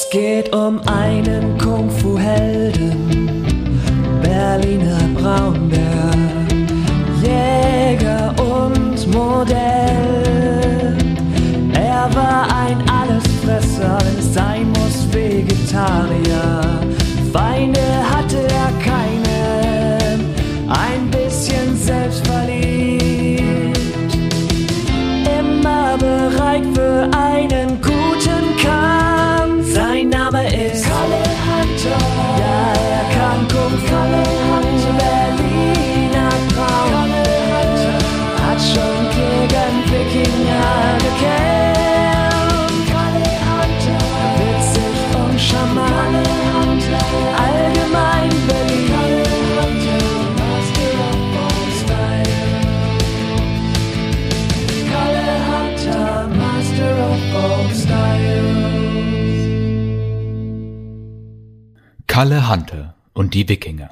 Es geht um einen Kung-Fu-Helden, Berliner Braunbär, Jäger und Modell. Er war ein Allesfresser, wenn es sein muss, Vegetarier. Feinde hatte er keine, ein bisschen selbstverliebt. Immer bereit für einen guten Kampf. Sein Name ist Kalle Hunter. Ja, er kann Kung Fu. Berliner Braunbär hat schon gegen Wikinger gekämpft. Kalle Hunter, witzig und charmant. Allgemein Berlin. Kalle Hunter, Master of All Styles. Kalle Hunter und die Wikinger.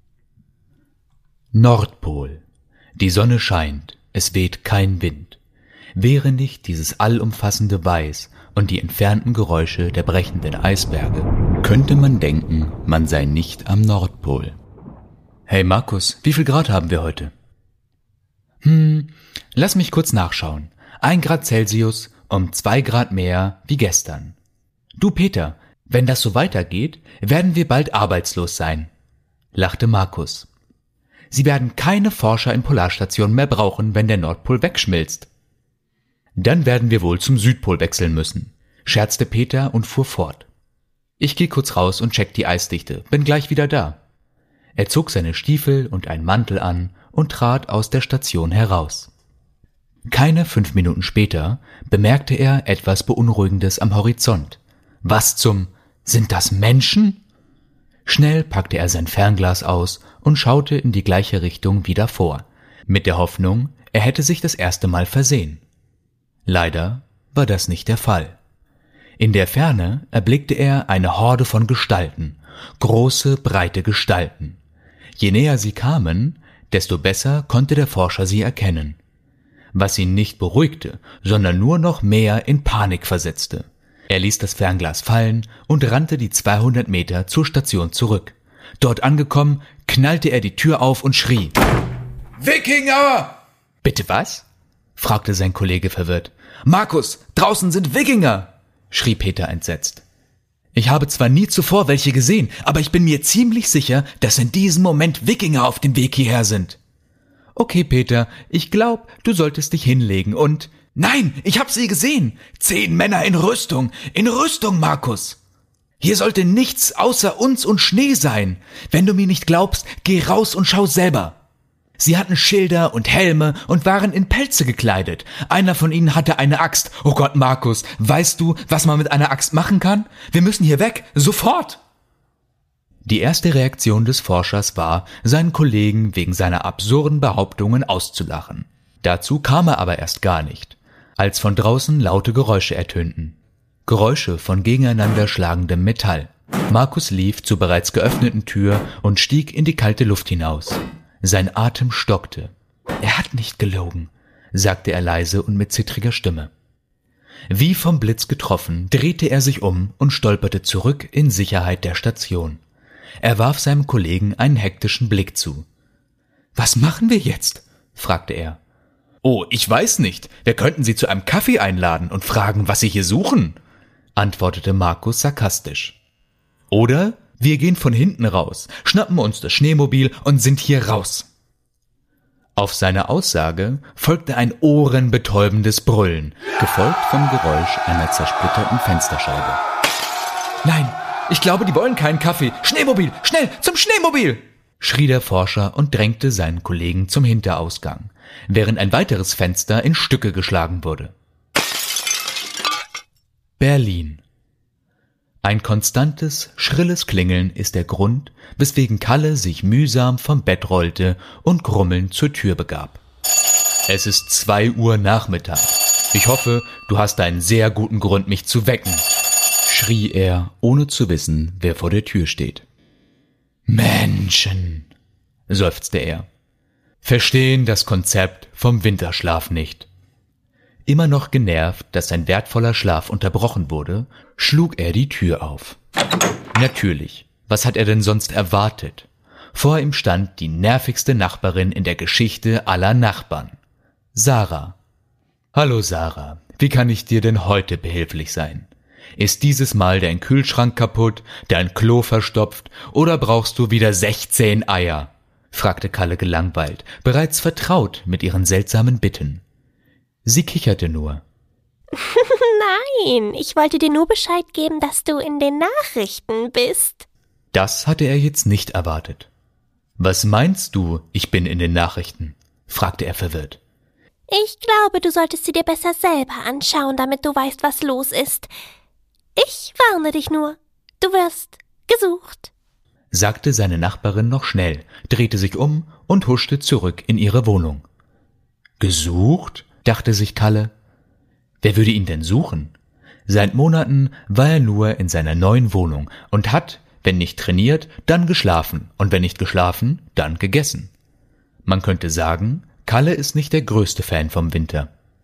Nordpol. Die Sonne scheint, es weht kein Wind. Wäre nicht dieses allumfassende Weiß und die entfernten Geräusche der brechenden Eisberge, könnte man denken, man sei nicht am Nordpol. Hey Markus, wie viel Grad haben wir heute? Lass mich kurz nachschauen. 1 Grad Celsius, um 2 Grad mehr wie gestern. Du Peter, wenn das so weitergeht, werden wir bald arbeitslos sein, lachte Markus. Sie werden keine Forscher in Polarstationen mehr brauchen, wenn der Nordpol wegschmilzt. Dann werden wir wohl zum Südpol wechseln müssen, scherzte Peter und fuhr fort. Ich gehe kurz raus und check die Eisdichte, bin gleich wieder da. Er zog seine Stiefel und einen Mantel an und trat aus der Station heraus. Keine 5 Minuten später bemerkte er etwas Beunruhigendes am Horizont. Was sind das Menschen? Schnell packte er sein Fernglas aus und schaute in die gleiche Richtung wie davor, mit der Hoffnung, er hätte sich das erste Mal versehen. Leider war das nicht der Fall. In der Ferne erblickte er eine Horde von Gestalten, große, breite Gestalten. Je näher sie kamen, desto besser konnte der Forscher sie erkennen. Was ihn nicht beruhigte, sondern nur noch mehr in Panik versetzte. Er ließ das Fernglas fallen und rannte die 200 Meter zur Station zurück. Dort angekommen, knallte er die Tür auf und schrie: Wikinger! Bitte was? Fragte sein Kollege verwirrt. Markus, draußen sind Wikinger! Schrie Peter entsetzt. Ich habe zwar nie zuvor welche gesehen, aber ich bin mir ziemlich sicher, dass in diesem Moment Wikinger auf dem Weg hierher sind. Okay, Peter, ich glaub, du solltest dich hinlegen und... Nein, ich hab sie gesehen! 10 Männer in Rüstung, Markus! Hier sollte nichts außer uns und Schnee sein. Wenn du mir nicht glaubst, geh raus und schau selber. Sie hatten Schilder und Helme und waren in Pelze gekleidet. Einer von ihnen hatte eine Axt. Oh Gott, Markus, weißt du, was man mit einer Axt machen kann? Wir müssen hier weg, sofort! Die erste Reaktion des Forschers war, seinen Kollegen wegen seiner absurden Behauptungen auszulachen. Dazu kam er aber erst gar nicht, als von draußen laute Geräusche ertönten. Geräusche von gegeneinander schlagendem Metall. Markus lief zur bereits geöffneten Tür und stieg in die kalte Luft hinaus. Sein Atem stockte. Er hat nicht gelogen, sagte er leise und mit zittriger Stimme. Wie vom Blitz getroffen, drehte er sich um und stolperte zurück in Sicherheit der Station. Er warf seinem Kollegen einen hektischen Blick zu. »Was machen wir jetzt?« fragte er. »Oh, ich weiß nicht. Wir könnten Sie zu einem Kaffee einladen und fragen, was Sie hier suchen«, antwortete Markus sarkastisch. »Oder wir gehen von hinten raus, schnappen uns das Schneemobil und sind hier raus.« Auf seine Aussage folgte ein ohrenbetäubendes Brüllen, gefolgt vom Geräusch einer zersplitterten Fensterscheibe. »Nein, ich glaube, die wollen keinen Kaffee. Schneemobil, schnell, zum Schneemobil!« schrie der Forscher und drängte seinen Kollegen zum Hinterausgang, während ein weiteres Fenster in Stücke geschlagen wurde. Berlin. Ein konstantes, schrilles Klingeln ist der Grund, weswegen Kalle sich mühsam vom Bett rollte und grummelnd zur Tür begab. Es ist 2 Uhr Nachmittag. Ich hoffe, du hast einen sehr guten Grund, mich zu wecken, schrie er, ohne zu wissen, wer vor der Tür steht. Menschen, seufzte er, verstehen das Konzept vom Winterschlaf nicht. Immer noch genervt, dass sein wertvoller Schlaf unterbrochen wurde, schlug er die Tür auf. Natürlich, was hat er denn sonst erwartet? Vor ihm stand die nervigste Nachbarin in der Geschichte aller Nachbarn. Sarah. »Hallo Sarah, wie kann ich dir denn heute behilflich sein? Ist dieses Mal dein Kühlschrank kaputt, dein Klo verstopft oder brauchst du wieder 16 Eier?« fragte Kalle gelangweilt, bereits vertraut mit ihren seltsamen Bitten. Sie kicherte nur. Nein, ich wollte dir nur Bescheid geben, dass du in den Nachrichten bist. Das hatte er jetzt nicht erwartet. »Was meinst du, ich bin in den Nachrichten?« fragte er verwirrt. Ich glaube, du solltest sie dir besser selber anschauen, damit du weißt, was los ist. Ich warne dich nur. Du wirst gesucht«, sagte seine Nachbarin noch schnell, drehte sich um und huschte zurück in ihre Wohnung. »Gesucht?« dachte sich Kalle. Wer würde ihn denn suchen? Seit Monaten war er nur in seiner neuen Wohnung und hat, wenn nicht trainiert, dann geschlafen und wenn nicht geschlafen, dann gegessen. Man könnte sagen, Kalle ist nicht der größte Fan vom Winter.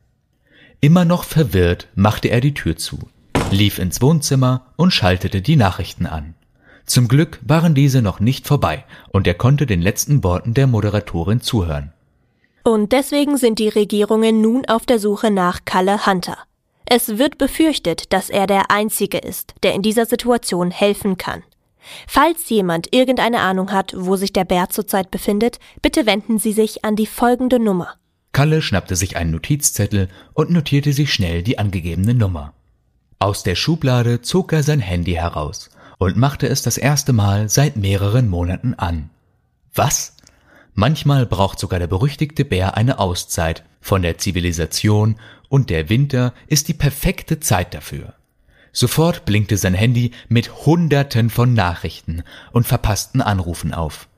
Immer noch verwirrt machte er die Tür zu, lief ins Wohnzimmer und schaltete die Nachrichten an. Zum Glück waren diese noch nicht vorbei und er konnte den letzten Worten der Moderatorin zuhören. Und deswegen sind die Regierungen nun auf der Suche nach Kalle Hunter. Es wird befürchtet, dass er der Einzige ist, der in dieser Situation helfen kann. Falls jemand irgendeine Ahnung hat, wo sich der Bär zurzeit befindet, bitte wenden Sie sich an die folgende Nummer. Kalle schnappte sich einen Notizzettel und notierte sich schnell die angegebene Nummer. Aus der Schublade zog er sein Handy heraus und machte es das erste Mal seit mehreren Monaten an. Was? Manchmal braucht sogar der berüchtigte Bär eine Auszeit von der Zivilisation und der Winter ist die perfekte Zeit dafür. Sofort blinkte sein Handy mit Hunderten von Nachrichten und verpassten Anrufen auf.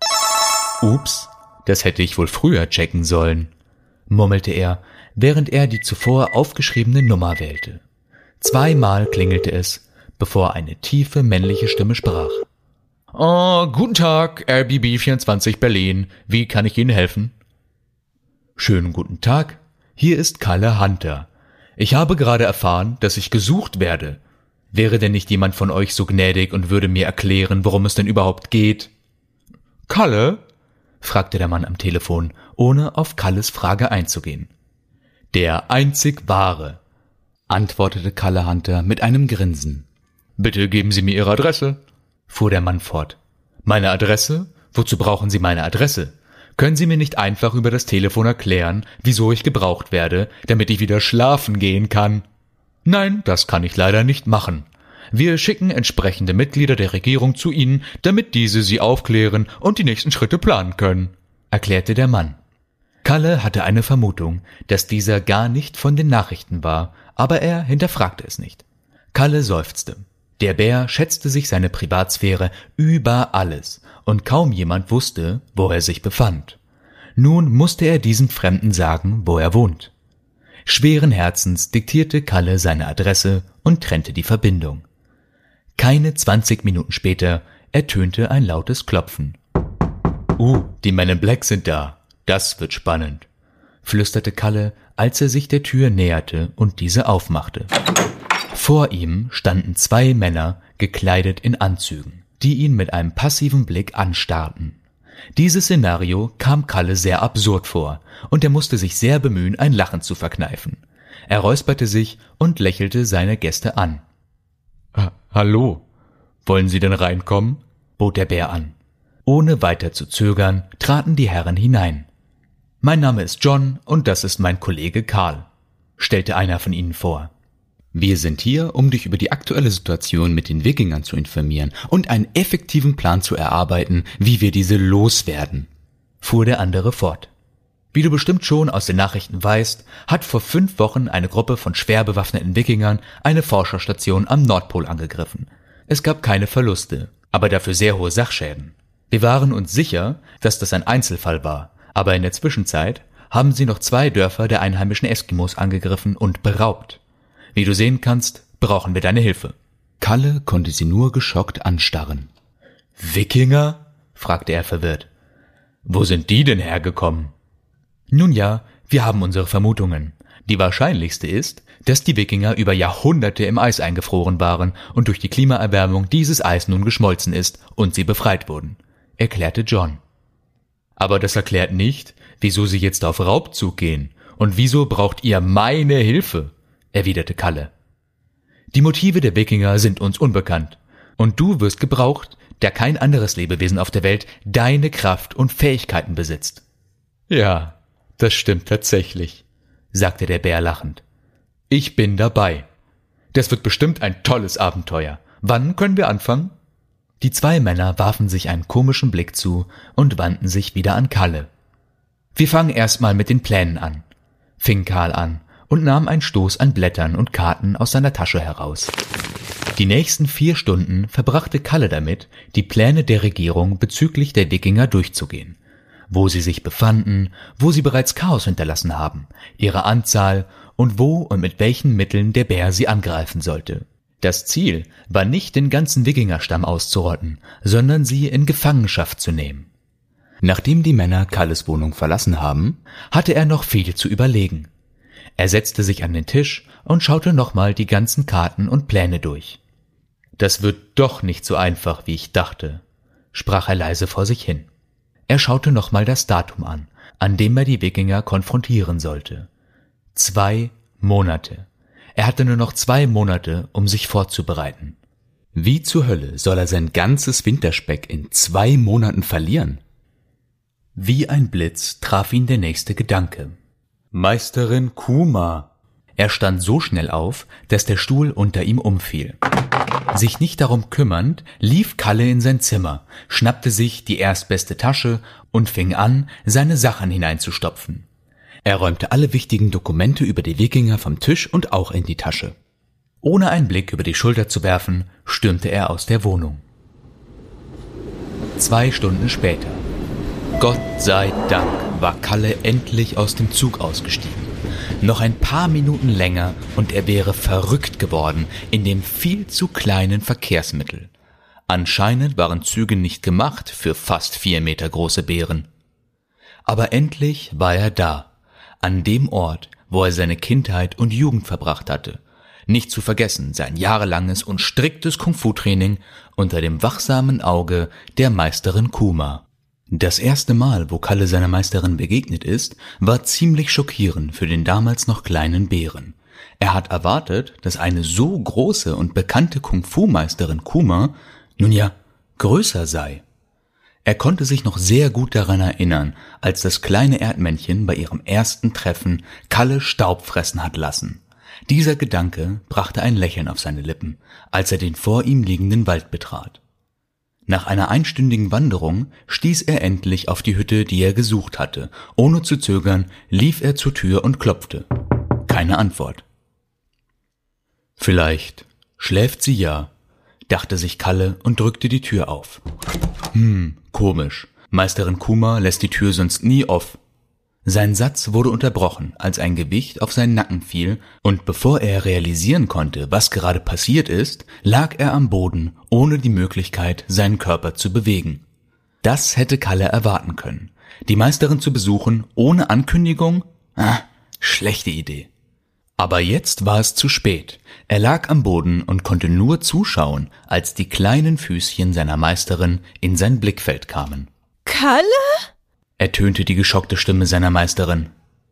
»Ups, das hätte ich wohl früher checken sollen«, murmelte er, während er die zuvor aufgeschriebene Nummer wählte. 2-mal klingelte es, bevor eine tiefe männliche Stimme sprach. »Oh, guten Tag, RBB 24 Berlin. Wie kann ich Ihnen helfen?« »Schönen guten Tag. Hier ist Kalle Hunter. Ich habe gerade erfahren, dass ich gesucht werde. Wäre denn nicht jemand von euch so gnädig und würde mir erklären, worum es denn überhaupt geht?« »Kalle?« fragte der Mann am Telefon, ohne auf Kalles Frage einzugehen. »Der einzig wahre«, antwortete Kalle Hunter mit einem Grinsen. »Bitte geben Sie mir Ihre Adresse«, fuhr der Mann fort. »Meine Adresse? Wozu brauchen Sie meine Adresse? Können Sie mir nicht einfach über das Telefon erklären, wieso ich gebraucht werde, damit ich wieder schlafen gehen kann?« »Nein, das kann ich leider nicht machen. Wir schicken entsprechende Mitglieder der Regierung zu Ihnen, damit diese Sie aufklären und die nächsten Schritte planen können«, erklärte der Mann. Kalle hatte eine Vermutung, dass dieser gar nicht von den Nachrichten war, aber er hinterfragte es nicht. Kalle seufzte. Der Bär schätzte sich seine Privatsphäre über alles und kaum jemand wusste, wo er sich befand. Nun musste er diesem Fremden sagen, wo er wohnt. Schweren Herzens diktierte Kalle seine Adresse und trennte die Verbindung. Keine 20 Minuten später ertönte ein lautes Klopfen. Die Men in Black sind da. Das wird spannend«, flüsterte Kalle, als er sich der Tür näherte und diese aufmachte. Vor ihm standen 2 Männer, gekleidet in Anzügen, die ihn mit einem passiven Blick anstarrten. Dieses Szenario kam Kalle sehr absurd vor, und er musste sich sehr bemühen, ein Lachen zu verkneifen. Er räusperte sich und lächelte seine Gäste an. »Hallo, wollen Sie denn reinkommen?« bot der Bär an. Ohne weiter zu zögern, traten die Herren hinein. »Mein Name ist John und das ist mein Kollege Karl«, stellte einer von ihnen vor. »Wir sind hier, um dich über die aktuelle Situation mit den Wikingern zu informieren und einen effektiven Plan zu erarbeiten, wie wir diese loswerden«, fuhr der andere fort. »Wie du bestimmt schon aus den Nachrichten weißt, hat vor 5 Wochen eine Gruppe von schwer bewaffneten Wikingern eine Forscherstation am Nordpol angegriffen. Es gab keine Verluste, aber dafür sehr hohe Sachschäden. Wir waren uns sicher, dass das ein Einzelfall war, aber in der Zwischenzeit haben sie noch 2 Dörfer der einheimischen Eskimos angegriffen und beraubt. Wie du sehen kannst, brauchen wir deine Hilfe.« Kalle konnte sie nur geschockt anstarren. »Wikinger?« fragte er verwirrt. »Wo sind die denn hergekommen?« »Nun ja, wir haben unsere Vermutungen. Die wahrscheinlichste ist, dass die Wikinger über Jahrhunderte im Eis eingefroren waren und durch die Klimaerwärmung dieses Eis nun geschmolzen ist und sie befreit wurden, erklärte John. Aber das erklärt nicht, wieso sie jetzt auf Raubzug gehen und wieso braucht ihr meine Hilfe, erwiderte Kalle. Die Motive der Wikinger sind uns unbekannt und du wirst gebraucht, der kein anderes Lebewesen auf der Welt deine Kraft und Fähigkeiten besitzt. Ja, das stimmt tatsächlich, sagte der Bär lachend. Ich bin dabei. Das wird bestimmt ein tolles Abenteuer. Wann können wir anfangen? Die zwei Männer warfen sich einen komischen Blick zu und wandten sich wieder an Kalle. Wir fangen erstmal mit den Plänen an, fing Karl an und nahm einen Stoß an Blättern und Karten aus seiner Tasche heraus. Die nächsten 4 Stunden verbrachte Kalle damit, die Pläne der Regierung bezüglich der Wikinger durchzugehen. Wo sie sich befanden, wo sie bereits Chaos hinterlassen haben, ihre Anzahl und wo und mit welchen Mitteln der Bär sie angreifen sollte. Das Ziel war nicht, den ganzen Wikingerstamm auszurotten, sondern sie in Gefangenschaft zu nehmen. Nachdem die Männer Kalles Wohnung verlassen haben, hatte er noch viel zu überlegen. Er setzte sich an den Tisch und schaute nochmal die ganzen Karten und Pläne durch. Das wird doch nicht so einfach, wie ich dachte, sprach er leise vor sich hin. Er schaute nochmal das Datum an dem er die Wikinger konfrontieren sollte. 2 Monate. Er hatte nur noch 2 Monate, um sich vorzubereiten. Wie zur Hölle soll er sein ganzes Winterspeck in 2 Monaten verlieren? Wie ein Blitz traf ihn der nächste Gedanke. Meisterin Kuma! Er stand so schnell auf, dass der Stuhl unter ihm umfiel. Sich nicht darum kümmernd, lief Kalle in sein Zimmer, schnappte sich die erstbeste Tasche und fing an, seine Sachen hineinzustopfen. Er räumte alle wichtigen Dokumente über die Wikinger vom Tisch und auch in die Tasche. Ohne einen Blick über die Schulter zu werfen, stürmte er aus der Wohnung. 2 Stunden später. Gott sei Dank war Kalle endlich aus dem Zug ausgestiegen. Noch ein paar Minuten länger und er wäre verrückt geworden in dem viel zu kleinen Verkehrsmittel. Anscheinend waren Züge nicht gemacht für fast 4 Meter große Bären. Aber endlich war er da, an dem Ort, wo er seine Kindheit und Jugend verbracht hatte. Nicht zu vergessen sein jahrelanges und striktes Kung-Fu-Training unter dem wachsamen Auge der Meisterin Kuma. Das erste Mal, wo Kalle seiner Meisterin begegnet ist, war ziemlich schockierend für den damals noch kleinen Bären. Er hat erwartet, dass eine so große und bekannte Kung-Fu-Meisterin Kuma nun ja größer sei. Er konnte sich noch sehr gut daran erinnern, als das kleine Erdmännchen bei ihrem ersten Treffen Kalle Staub fressen hat lassen. Dieser Gedanke brachte ein Lächeln auf seine Lippen, als er den vor ihm liegenden Wald betrat. Nach einer einstündigen Wanderung stieß er endlich auf die Hütte, die er gesucht hatte. Ohne zu zögern lief er zur Tür und klopfte. Keine Antwort. Vielleicht schläft sie ja, dachte sich Kalle und drückte die Tür auf. Komisch. Meisterin Kuma lässt die Tür sonst nie auf. Sein Satz wurde unterbrochen, als ein Gewicht auf seinen Nacken fiel, und bevor er realisieren konnte, was gerade passiert ist, lag er am Boden, ohne die Möglichkeit, seinen Körper zu bewegen. Das hätte Kalle erwarten können. Die Meisterin zu besuchen, ohne Ankündigung? Schlechte Idee. Aber jetzt war es zu spät. Er lag am Boden und konnte nur zuschauen, als die kleinen Füßchen seiner Meisterin in sein Blickfeld kamen. Kalle? Ertönte die geschockte Stimme seiner Meisterin.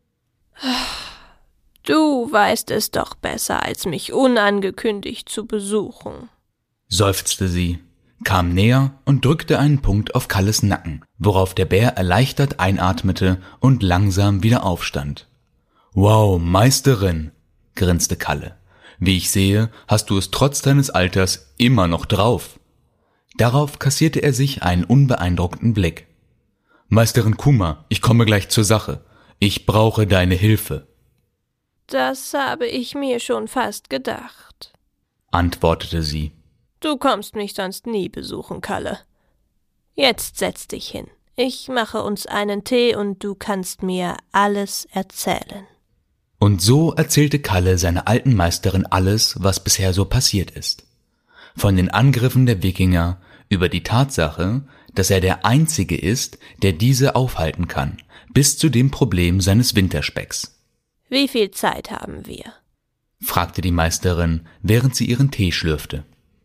Du weißt es doch besser, als mich unangekündigt zu besuchen, Seufzte sie, kam näher und drückte einen Punkt auf Kalles Nacken, worauf der Bär erleichtert einatmete und langsam wieder aufstand. Wow, Meisterin, grinste Kalle. Wie ich sehe, hast du es trotz deines Alters immer noch drauf. Darauf kassierte er sich einen unbeeindruckten Blick. Meisterin Kuma, ich komme gleich zur Sache. Ich brauche deine Hilfe. Das habe ich mir schon fast gedacht, antwortete sie. Du kommst mich sonst nie besuchen, Kalle. Jetzt setz dich hin. Ich mache uns einen Tee und du kannst mir alles erzählen. Und so erzählte Kalle seiner alten Meisterin alles, was bisher so passiert ist. Von den Angriffen der Wikinger über die Tatsache, dass er der Einzige ist, der diese aufhalten kann, bis zu dem Problem seines Winterspecks. Wie viel Zeit haben wir? Fragte die Meisterin, während sie ihren Tee schlürfte.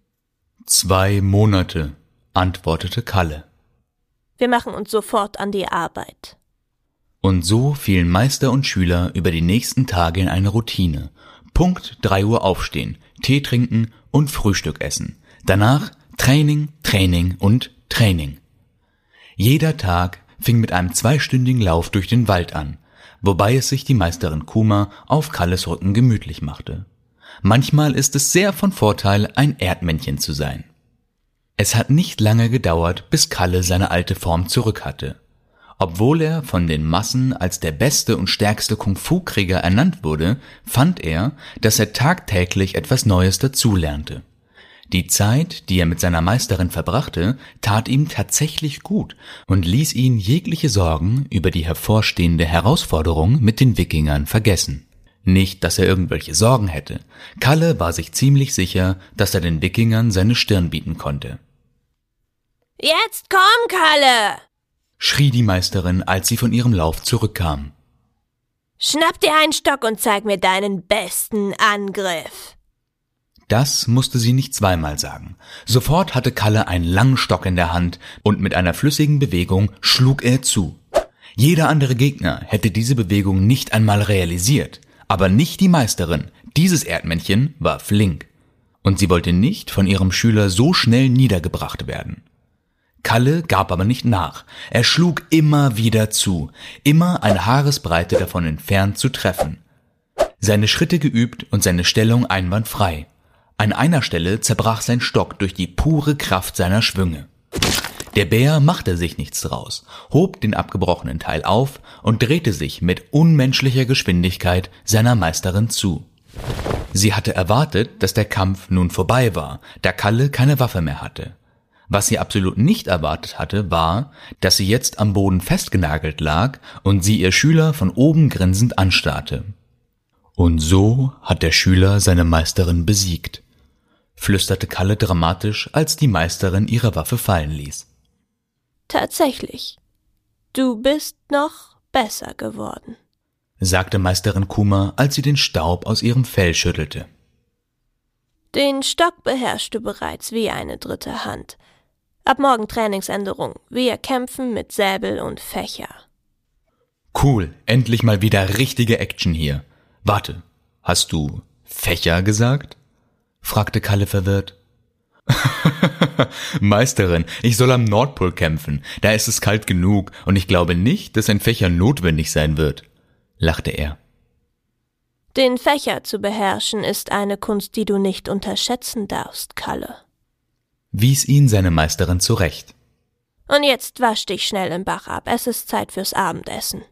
2 Monate, antwortete Kalle. Wir machen uns sofort an die Arbeit. Und so fielen Meister und Schüler über die nächsten Tage in eine Routine. Punkt 3 Uhr aufstehen, Tee trinken und Frühstück essen. Danach Training, Training und Training. Jeder Tag fing mit einem 2-stündigen Lauf durch den Wald an, wobei es sich die Meisterin Kuma auf Kalles Rücken gemütlich machte. Manchmal ist es sehr von Vorteil, ein Erdmännchen zu sein. Es hat nicht lange gedauert, bis Kalle seine alte Form zurück hatte. Obwohl er von den Massen als der beste und stärkste Kung-Fu-Krieger ernannt wurde, fand er, dass er tagtäglich etwas Neues dazulernte. Die Zeit, die er mit seiner Meisterin verbrachte, tat ihm tatsächlich gut und ließ ihn jegliche Sorgen über die hervorstehende Herausforderung mit den Wikingern vergessen. Nicht, dass er irgendwelche Sorgen hätte. Kalle war sich ziemlich sicher, dass er den Wikingern seine Stirn bieten konnte. »Jetzt komm, Kalle!« schrie die Meisterin, als sie von ihrem Lauf zurückkam. »Schnapp dir einen Stock und zeig mir deinen besten Angriff.« Das musste sie nicht zweimal sagen. Sofort hatte Kalle einen langen Stock in der Hand und mit einer flüssigen Bewegung schlug er zu. Jeder andere Gegner hätte diese Bewegung nicht einmal realisiert, aber nicht die Meisterin. Dieses Erdmännchen war flink. Und sie wollte nicht von ihrem Schüler so schnell niedergebracht werden. Kalle gab aber nicht nach. Er schlug immer wieder zu, immer eine Haaresbreite davon entfernt zu treffen. Seine Schritte geübt und seine Stellung einwandfrei. An einer Stelle zerbrach sein Stock durch die pure Kraft seiner Schwünge. Der Bär machte sich nichts draus, hob den abgebrochenen Teil auf und drehte sich mit unmenschlicher Geschwindigkeit seiner Meisterin zu. Sie hatte erwartet, dass der Kampf nun vorbei war, da Kalle keine Waffe mehr hatte. Was sie absolut nicht erwartet hatte, war, dass sie jetzt am Boden festgenagelt lag und sie ihr Schüler von oben grinsend anstarrte. Und so hat der Schüler seine Meisterin besiegt, flüsterte Kalle dramatisch, als die Meisterin ihre Waffe fallen ließ. »Tatsächlich, du bist noch besser geworden«, sagte Meisterin Kuma, als sie den Staub aus ihrem Fell schüttelte. »Den Stock beherrschst du bereits wie eine dritte Hand. Ab morgen Trainingsänderung, wir kämpfen mit Säbel und Fächer.« »Cool, endlich mal wieder richtige Action hier. Warte, hast du Fächer gesagt?« fragte Kalle verwirrt. »Meisterin, ich soll am Nordpol kämpfen, da ist es kalt genug und ich glaube nicht, dass ein Fächer notwendig sein wird«, lachte er. »Den Fächer zu beherrschen ist eine Kunst, die du nicht unterschätzen darfst, Kalle«, wies ihn seine Meisterin zurecht. »Und jetzt wasch dich schnell im Bach ab, es ist Zeit fürs Abendessen.«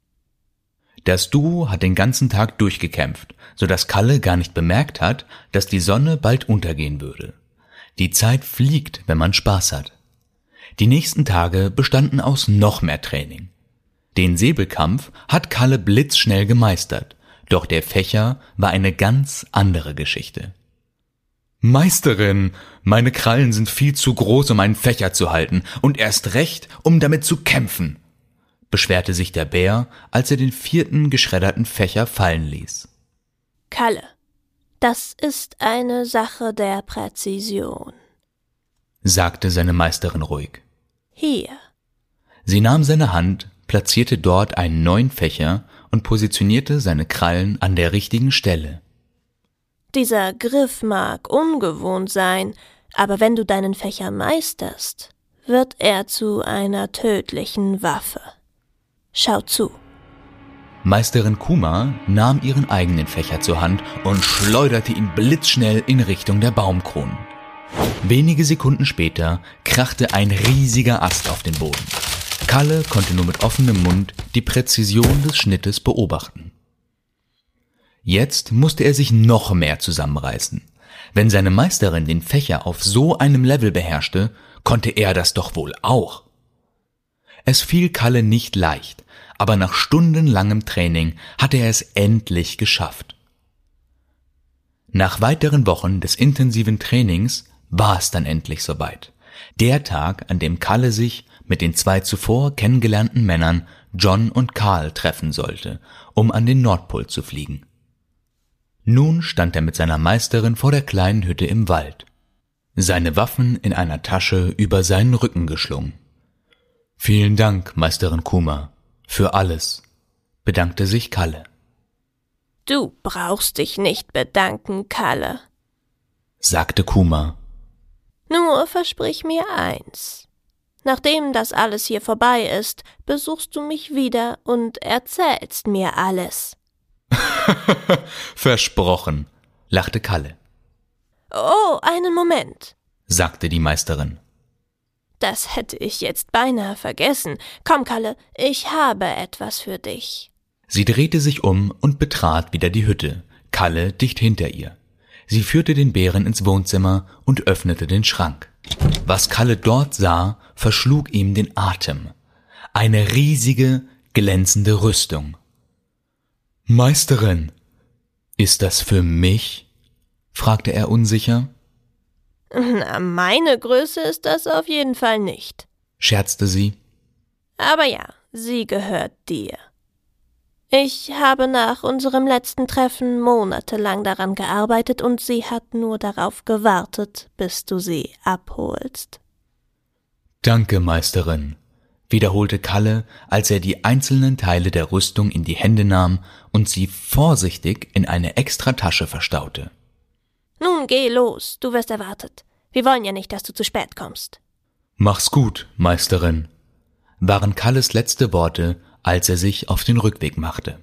Das Duo hat den ganzen Tag durchgekämpft, sodass Kalle gar nicht bemerkt hat, dass die Sonne bald untergehen würde. Die Zeit fliegt, wenn man Spaß hat. Die nächsten Tage bestanden aus noch mehr Training. Den Säbelkampf hat Kalle blitzschnell gemeistert, doch der Fächer war eine ganz andere Geschichte. »Meisterin, meine Krallen sind viel zu groß, um einen Fächer zu halten und erst recht, um damit zu kämpfen«, beschwerte sich der Bär, als er den 4. geschredderten Fächer fallen ließ. »Kalle, das ist eine Sache der Präzision«, sagte seine Meisterin ruhig. »Hier.« Sie nahm seine Hand, platzierte dort einen neuen Fächer und positionierte seine Krallen an der richtigen Stelle. »Dieser Griff mag ungewohnt sein, aber wenn du deinen Fächer meisterst, wird er zu einer tödlichen Waffe. Schau zu.« Meisterin Kuma nahm ihren eigenen Fächer zur Hand und schleuderte ihn blitzschnell in Richtung der Baumkronen. Wenige Sekunden später krachte ein riesiger Ast auf den Boden. Kalle konnte nur mit offenem Mund die Präzision des Schnittes beobachten. Jetzt musste er sich noch mehr zusammenreißen. Wenn seine Meisterin den Fächer auf so einem Level beherrschte, konnte er das doch wohl auch. Es fiel Kalle nicht leicht, aber nach stundenlangem Training hatte er es endlich geschafft. Nach weiteren Wochen des intensiven Trainings war es dann endlich soweit. Der Tag, an dem Kalle sich mit den 2 zuvor kennengelernten Männern John und Karl treffen sollte, um an den Nordpol zu fliegen. Nun stand er mit seiner Meisterin vor der kleinen Hütte im Wald, seine Waffen in einer Tasche über seinen Rücken geschlungen. »Vielen Dank, Meisterin Kuma, für alles«, bedankte sich Kalle. »Du brauchst dich nicht bedanken, Kalle«, sagte Kuma. »Nur versprich mir eins. Nachdem das alles hier vorbei ist, besuchst du mich wieder und erzählst mir alles.« »Versprochen«, lachte Kalle. »Oh, einen Moment«, sagte die Meisterin. »Das hätte ich jetzt beinahe vergessen. Komm, Kalle, ich habe etwas für dich.« Sie drehte sich um und betrat wieder die Hütte, Kalle dicht hinter ihr. Sie führte den Bären ins Wohnzimmer und öffnete den Schrank. Was Kalle dort sah, verschlug ihm den Atem. Eine riesige, glänzende Rüstung. »Meisterin, ist das für mich?« fragte er unsicher. »Na, meine Größe ist das auf jeden Fall nicht«, scherzte sie. »Aber ja, sie gehört dir. Ich habe nach unserem letzten Treffen monatelang daran gearbeitet und sie hat nur darauf gewartet, bis du sie abholst.« »Danke, Meisterin«, wiederholte Kalle, als er die einzelnen Teile der Rüstung in die Hände nahm und sie vorsichtig in eine Extratasche verstaute. »Nun geh los, du wirst erwartet. Wir wollen ja nicht, dass du zu spät kommst.« »Mach's gut, Meisterin«, waren Kalles letzte Worte, als er sich auf den Rückweg machte.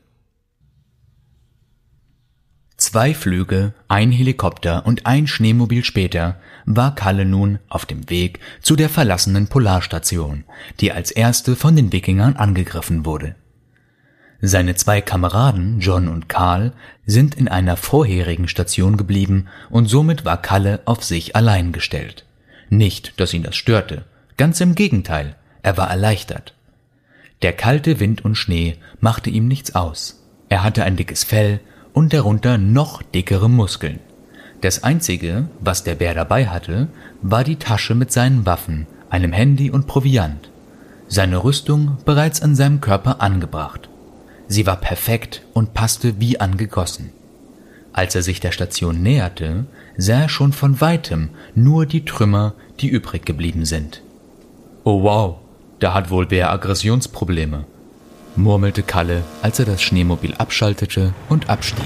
2 Flüge, ein Helikopter und ein Schneemobil später war Kalle nun auf dem Weg zu der verlassenen Polarstation, die als erste von den Wikingern angegriffen wurde. Seine 2 Kameraden, John und Karl, sind in einer vorherigen Station geblieben und somit war Kalle auf sich allein gestellt. Nicht, dass ihn das störte, ganz im Gegenteil, er war erleichtert. Der kalte Wind und Schnee machte ihm nichts aus. Er hatte ein dickes Fell und darunter noch dickere Muskeln. Das Einzige, was der Bär dabei hatte, war die Tasche mit seinen Waffen, einem Handy und Proviant. Seine Rüstung bereits an seinem Körper angebracht. Sie war perfekt und passte wie angegossen. Als er sich der Station näherte, sah er schon von weitem nur die Trümmer, die übrig geblieben sind. »Oh wow, da hat wohl wer Aggressionsprobleme«, murmelte Kalle, als er das Schneemobil abschaltete und abstieg.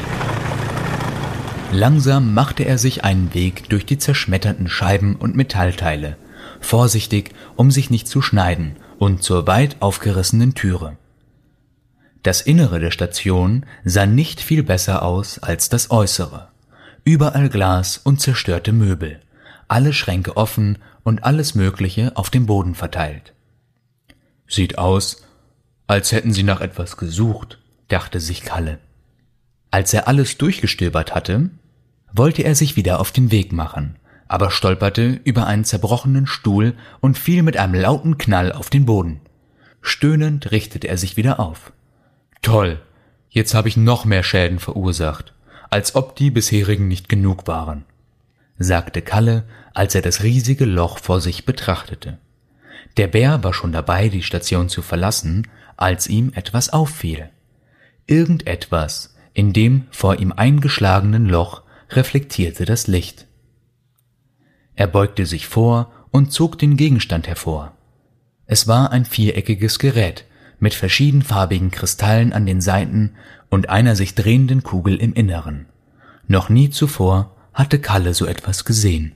Langsam machte er sich einen Weg durch die zerschmetterten Scheiben und Metallteile, vorsichtig, um sich nicht zu schneiden, und zur weit aufgerissenen Türe. Das Innere der Station sah nicht viel besser aus als das Äußere. Überall Glas und zerstörte Möbel, alle Schränke offen und alles Mögliche auf dem Boden verteilt. »Sieht aus, als hätten sie nach etwas gesucht«, dachte sich Kalle. Als er alles durchgestöbert hatte, wollte er sich wieder auf den Weg machen, aber stolperte über einen zerbrochenen Stuhl und fiel mit einem lauten Knall auf den Boden. Stöhnend richtete er sich wieder auf. »Toll, jetzt habe ich noch mehr Schäden verursacht, als ob die bisherigen nicht genug waren«, sagte Kalle, als er das riesige Loch vor sich betrachtete. Der Bär war schon dabei, die Station zu verlassen, als ihm etwas auffiel. Irgendetwas in dem vor ihm eingeschlagenen Loch reflektierte das Licht. Er beugte sich vor und zog den Gegenstand hervor. Es war ein viereckiges Gerät mit verschiedenfarbigen Kristallen an den Seiten und einer sich drehenden Kugel im Inneren. Noch nie zuvor hatte Kalle so etwas gesehen.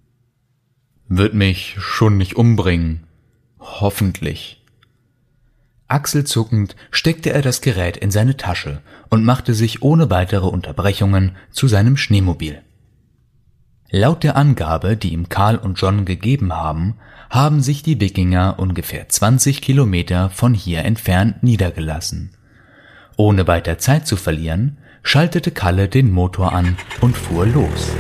»Wird mich schon nicht umbringen. Hoffentlich.« Achselzuckend steckte er das Gerät in seine Tasche und machte sich ohne weitere Unterbrechungen zu seinem Schneemobil. Laut der Angabe, die ihm Karl und John gegeben haben, haben sich die Wikinger ungefähr 20 Kilometer von hier entfernt niedergelassen. Ohne weiter Zeit zu verlieren, schaltete Kalle den Motor an und fuhr los.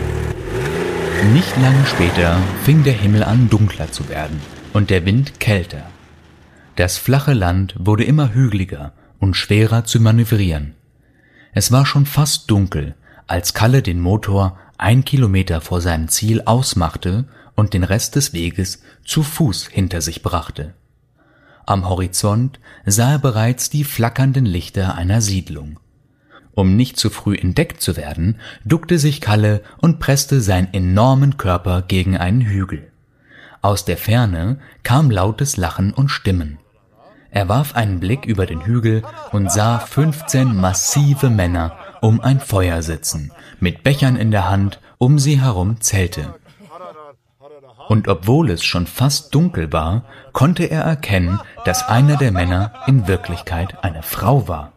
Nicht lange später fing der Himmel an, dunkler zu werden und der Wind kälter. Das flache Land wurde immer hügeliger und schwerer zu manövrieren. Es war schon fast dunkel, als Kalle den Motor 1 Kilometer vor seinem Ziel ausmachte und den Rest des Weges zu Fuß hinter sich brachte. Am Horizont sah er bereits die flackernden Lichter einer Siedlung. Um nicht zu früh entdeckt zu werden, duckte sich Kalle und presste seinen enormen Körper gegen einen Hügel. Aus der Ferne kam lautes Lachen und Stimmen. Er warf einen Blick über den Hügel und sah 15 massive Männer um ein Feuer sitzen, mit Bechern in der Hand, um sie herum Zelte. Und obwohl es schon fast dunkel war, konnte er erkennen, dass einer der Männer in Wirklichkeit eine Frau war.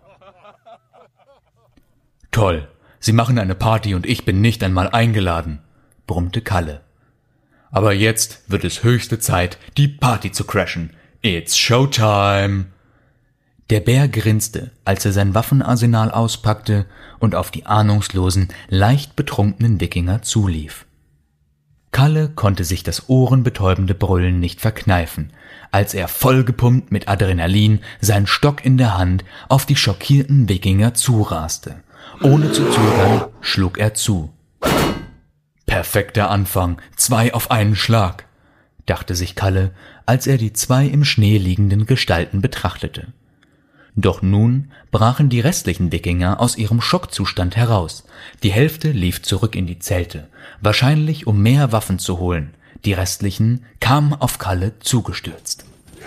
»Toll, Sie machen eine Party und ich bin nicht einmal eingeladen«, brummte Kalle. »Aber jetzt wird es höchste Zeit, die Party zu crashen. It's Showtime!« Der Bär grinste, als er sein Waffenarsenal auspackte und auf die ahnungslosen, leicht betrunkenen Wikinger zulief. Kalle konnte sich das ohrenbetäubende Brüllen nicht verkneifen, als er vollgepumpt mit Adrenalin, seinen Stock in der Hand, auf die schockierten Wikinger zuraste. Ohne zu zögern schlug er zu. »Perfekter Anfang, 2 auf einen Schlag«, dachte sich Kalle, als er die 2 im Schnee liegenden Gestalten betrachtete. Doch nun brachen die restlichen Wikinger aus ihrem Schockzustand heraus. Die Hälfte lief zurück in die Zelte, wahrscheinlich um mehr Waffen zu holen. Die restlichen kamen auf Kalle zugestürzt.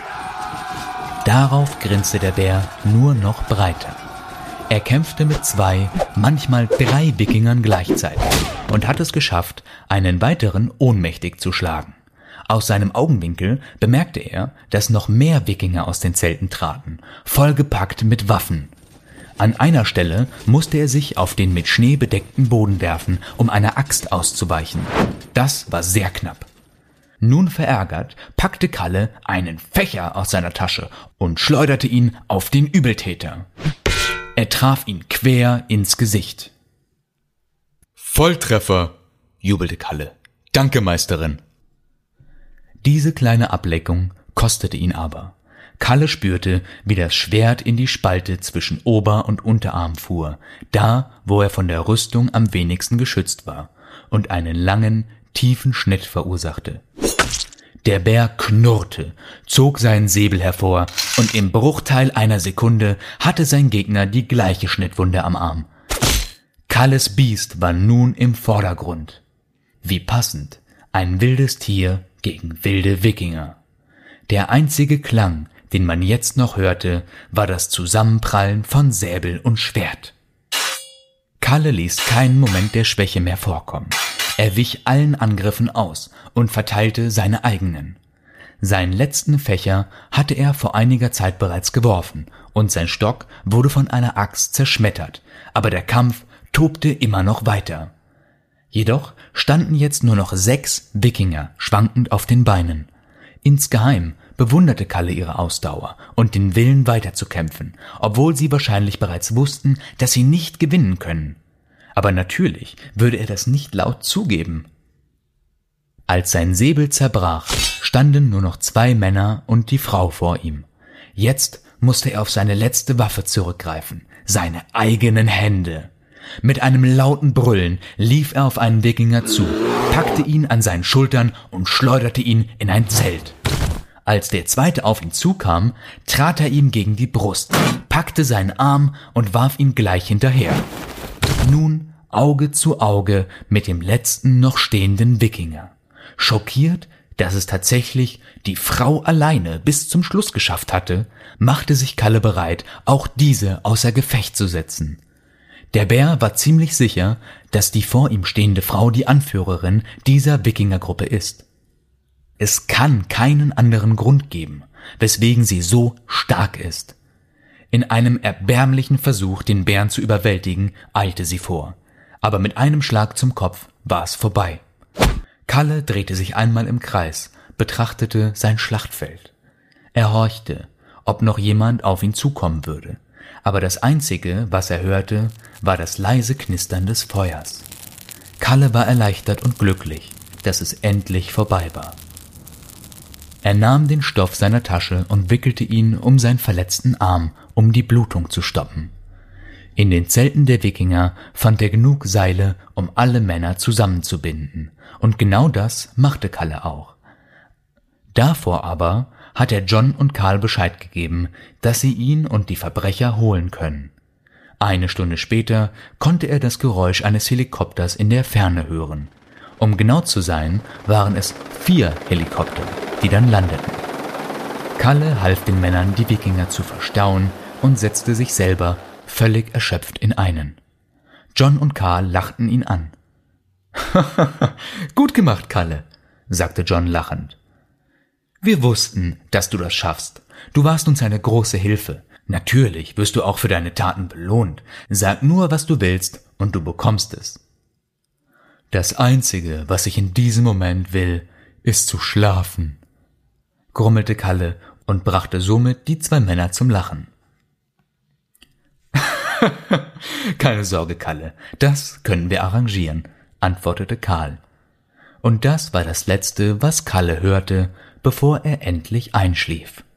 Darauf grinste der Bär nur noch breiter. Er kämpfte mit 2, manchmal 3 Wikingern gleichzeitig und hat es geschafft, einen weiteren ohnmächtig zu schlagen. Aus seinem Augenwinkel bemerkte er, dass noch mehr Wikinger aus den Zelten traten, vollgepackt mit Waffen. An einer Stelle musste er sich auf den mit Schnee bedeckten Boden werfen, um einer Axt auszuweichen. Das war sehr knapp. Nun verärgert, packte Kalle einen Fächer aus seiner Tasche und schleuderte ihn auf den Übeltäter. Er traf ihn quer ins Gesicht. »Volltreffer«, jubelte Kalle. »Danke, Meisterin.« Diese kleine Ablenkung kostete ihn aber. Kalle spürte, wie das Schwert in die Spalte zwischen Ober- und Unterarm fuhr, da, wo er von der Rüstung am wenigsten geschützt war, und einen langen, tiefen Schnitt verursachte. Der Bär knurrte, zog seinen Säbel hervor, und im Bruchteil einer Sekunde hatte sein Gegner die gleiche Schnittwunde am Arm. Kalles Biest war nun im Vordergrund. Wie passend, ein wildes Tier gegen wilde Wikinger. Der einzige Klang, den man jetzt noch hörte, war das Zusammenprallen von Säbel und Schwert. Kalle ließ keinen Moment der Schwäche mehr vorkommen. Er wich allen Angriffen aus und verteilte seine eigenen. Seinen letzten Fächer hatte er vor einiger Zeit bereits geworfen und sein Stock wurde von einer Axt zerschmettert, aber der Kampf tobte immer noch weiter. Jedoch standen jetzt nur noch 6 Wikinger schwankend auf den Beinen. Insgeheim bewunderte Kalle ihre Ausdauer und den Willen weiterzukämpfen, obwohl sie wahrscheinlich bereits wussten, dass sie nicht gewinnen können. Aber natürlich würde er das nicht laut zugeben. Als sein Säbel zerbrach, standen nur noch 2 Männer und die Frau vor ihm. Jetzt musste er auf seine letzte Waffe zurückgreifen, seine eigenen Hände. Mit einem lauten Brüllen lief er auf einen Wikinger zu, packte ihn an seinen Schultern und schleuderte ihn in ein Zelt. Als der zweite auf ihn zukam, trat er ihm gegen die Brust, packte seinen Arm und warf ihn gleich hinterher. Nun Auge zu Auge mit dem letzten noch stehenden Wikinger. Schockiert, dass es tatsächlich die Frau alleine bis zum Schluss geschafft hatte, machte sich Kalle bereit, auch diese außer Gefecht zu setzen. Der Bär war ziemlich sicher, dass die vor ihm stehende Frau die Anführerin dieser Wikingergruppe ist. Es kann keinen anderen Grund geben, weswegen sie so stark ist. In einem erbärmlichen Versuch, den Bären zu überwältigen, eilte sie vor. Aber mit einem Schlag zum Kopf war es vorbei. Kalle drehte sich einmal im Kreis, betrachtete sein Schlachtfeld. Er horchte, ob noch jemand auf ihn zukommen würde. Aber das Einzige, was er hörte, war das leise Knistern des Feuers. Kalle war erleichtert und glücklich, dass es endlich vorbei war. Er nahm den Stoff seiner Tasche und wickelte ihn um seinen verletzten Arm, um die Blutung zu stoppen. In den Zelten der Wikinger fand er genug Seile, um alle Männer zusammenzubinden, und genau das machte Kalle auch. Davor aber hat er John und Karl Bescheid gegeben, dass sie ihn und die Verbrecher holen können. Eine Stunde später konnte er das Geräusch eines Helikopters in der Ferne hören. Um genau zu sein, waren es 4 Helikopter, die dann landeten. Kalle half den Männern, die Wikinger zu verstauen und setzte sich selber völlig erschöpft in einen. John und Karl lachten ihn an. »Gut gemacht, Kalle«, sagte John lachend. »Wir wussten, dass du das schaffst. Du warst uns eine große Hilfe. Natürlich wirst du auch für deine Taten belohnt. Sag nur, was du willst, und du bekommst es.« »Das Einzige, was ich in diesem Moment will, ist zu schlafen«, grummelte Kalle und brachte somit die 2 Männer zum Lachen. »Keine Sorge, Kalle, das können wir arrangieren«, antwortete Karl. Und das war das Letzte, was Kalle hörte, bevor er endlich einschlief.